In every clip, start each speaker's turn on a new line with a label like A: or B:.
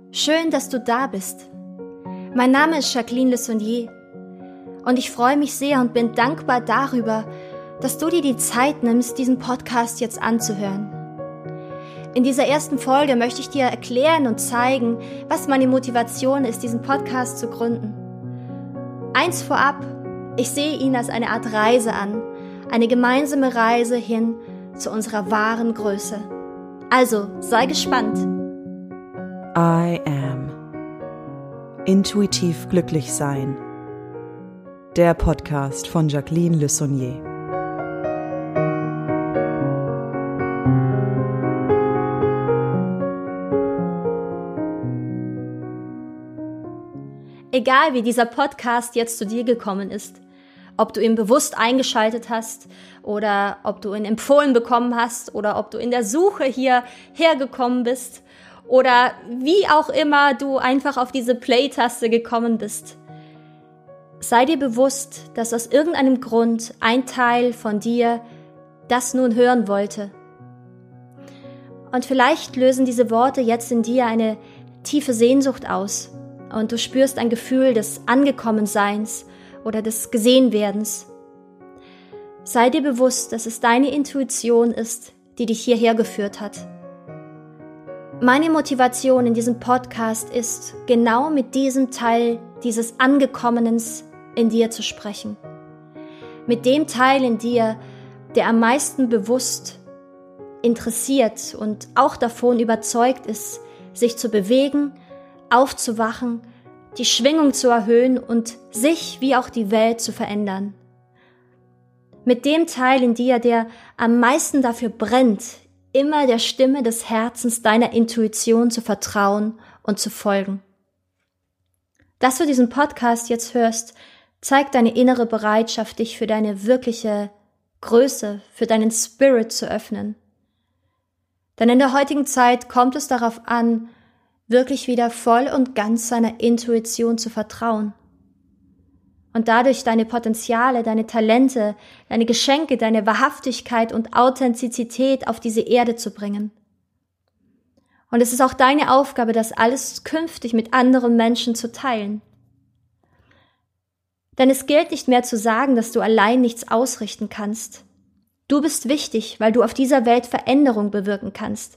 A: Schön, dass du da bist. Mein Name ist Jacqueline Le Saunier und ich freue mich sehr und bin dankbar darüber, dass du dir die Zeit nimmst, diesen Podcast jetzt anzuhören. In dieser ersten Folge möchte ich dir erklären und zeigen, was meine Motivation ist, diesen Podcast zu gründen. Eins vorab, ich sehe ihn als eine Art Reise an, eine gemeinsame Reise hin zu unserer wahren Größe. Also, sei gespannt.
B: I am. Intuitiv glücklich sein. Der Podcast von Jacqueline Le Saunier.
A: Egal wie dieser Podcast jetzt zu dir gekommen ist, ob du ihn bewusst eingeschaltet hast oder ob du ihn empfohlen bekommen hast oder ob du in der Suche hierher gekommen bist oder wie auch immer du einfach auf diese Play-Taste gekommen bist. Sei dir bewusst, dass aus irgendeinem Grund ein Teil von dir das nun hören wollte. Und vielleicht lösen diese Worte jetzt in dir eine tiefe Sehnsucht aus und du spürst ein Gefühl des Angekommenseins oder des Gesehenwerdens. Sei dir bewusst, dass es deine Intuition ist, die dich hierher geführt hat. Meine Motivation in diesem Podcast ist, genau mit diesem Teil dieses Angekommenens in dir zu sprechen. Mit dem Teil in dir, der am meisten bewusst, interessiert und auch davon überzeugt ist, sich zu bewegen, aufzuwachen, die Schwingung zu erhöhen und sich wie auch die Welt zu verändern. Mit dem Teil in dir, der am meisten dafür brennt, immer der Stimme des Herzens deiner Intuition zu vertrauen und zu folgen. Dass du diesen Podcast jetzt hörst, zeigt deine innere Bereitschaft, dich für deine wirkliche Größe, für deinen Spirit zu öffnen. Denn in der heutigen Zeit kommt es darauf an, wirklich wieder voll und ganz seiner Intuition zu vertrauen. Und dadurch deine Potenziale, deine Talente, deine Geschenke, deine Wahrhaftigkeit und Authentizität auf diese Erde zu bringen. Und es ist auch deine Aufgabe, das alles künftig mit anderen Menschen zu teilen. Denn es gilt nicht mehr zu sagen, dass du allein nichts ausrichten kannst. Du bist wichtig, weil du auf dieser Welt Veränderung bewirken kannst.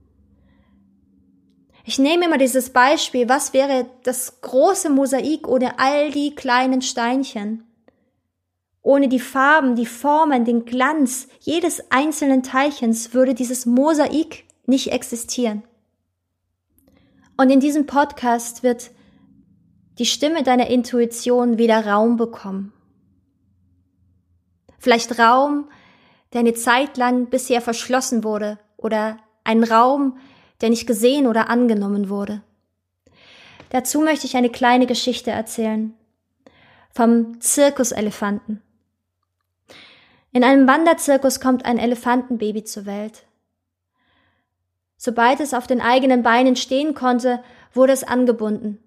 A: Ich nehme immer dieses Beispiel, was wäre das große Mosaik ohne all die kleinen Steinchen? Ohne die Farben, die Formen, den Glanz jedes einzelnen Teilchens würde dieses Mosaik nicht existieren. Und in diesem Podcast wird die Stimme deiner Intuition wieder Raum bekommen. Vielleicht Raum, der eine Zeit lang bisher verschlossen wurde oder ein Raum, der nicht gesehen oder angenommen wurde. Dazu möchte ich eine kleine Geschichte erzählen. Vom Zirkuselefanten. In einem Wanderzirkus kommt ein Elefantenbaby zur Welt. Sobald es auf den eigenen Beinen stehen konnte, wurde es angebunden.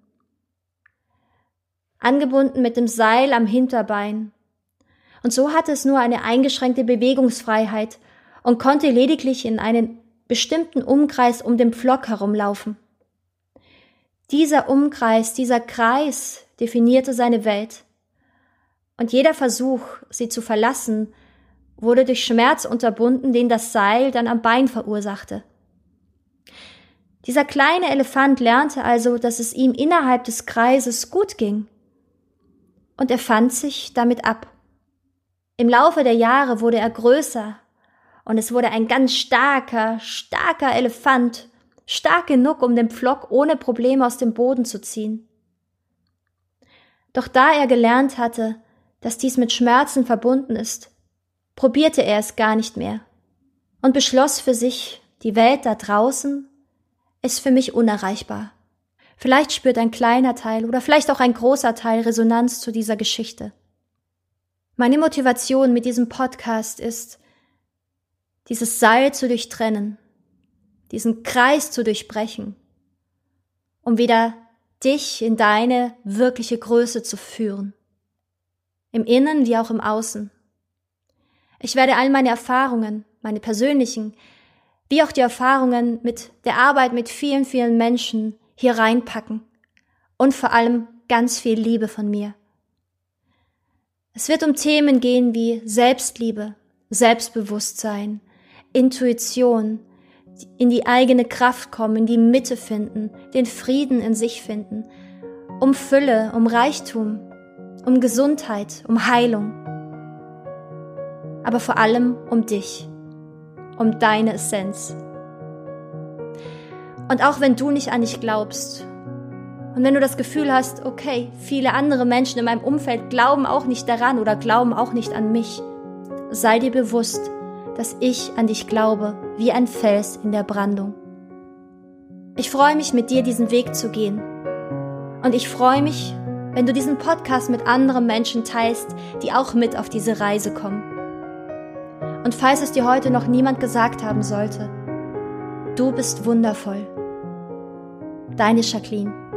A: Angebunden mit dem Seil am Hinterbein. Und so hatte es nur eine eingeschränkte Bewegungsfreiheit und konnte lediglich in einen bestimmten Umkreis um den Pflock herumlaufen. Dieser Umkreis, dieser Kreis definierte seine Welt. Und jeder Versuch, sie zu verlassen, wurde durch Schmerz unterbunden, den das Seil dann am Bein verursachte. Dieser kleine Elefant lernte also, dass es ihm innerhalb des Kreises gut ging. Und er fand sich damit ab. Im Laufe der Jahre wurde er größer. Und es wurde ein ganz starker Elefant, stark genug, um den Pflock ohne Probleme aus dem Boden zu ziehen. Doch da er gelernt hatte, dass dies mit Schmerzen verbunden ist, probierte er es gar nicht mehr und beschloss für sich, die Welt da draußen ist für mich unerreichbar. Vielleicht spürt ein kleiner Teil oder vielleicht auch ein großer Teil Resonanz zu dieser Geschichte. Meine Motivation mit diesem Podcast ist, dieses Seil zu durchtrennen, diesen Kreis zu durchbrechen, um wieder dich in deine wirkliche Größe zu führen. Im Innen wie auch im Außen. Ich werde all meine Erfahrungen, meine persönlichen, wie auch die Erfahrungen mit der Arbeit mit vielen, vielen Menschen hier reinpacken und vor allem ganz viel Liebe von mir. Es wird um Themen gehen wie Selbstliebe, Selbstbewusstsein, Intuition, in die eigene Kraft kommen, in die Mitte finden, den Frieden in sich finden, um Fülle, um Reichtum, um Gesundheit, um Heilung. Aber vor allem um dich, um deine Essenz. Und auch wenn du nicht an dich glaubst und wenn du das Gefühl hast, okay, viele andere Menschen in meinem Umfeld glauben auch nicht daran oder glauben auch nicht an mich, sei dir bewusst, dass ich an dich glaube, wie ein Fels in der Brandung. Ich freue mich, mit dir diesen Weg zu gehen. Und ich freue mich, wenn du diesen Podcast mit anderen Menschen teilst, die auch mit auf diese Reise kommen. Und falls es dir heute noch niemand gesagt haben sollte, du bist wundervoll. Deine Jacqueline.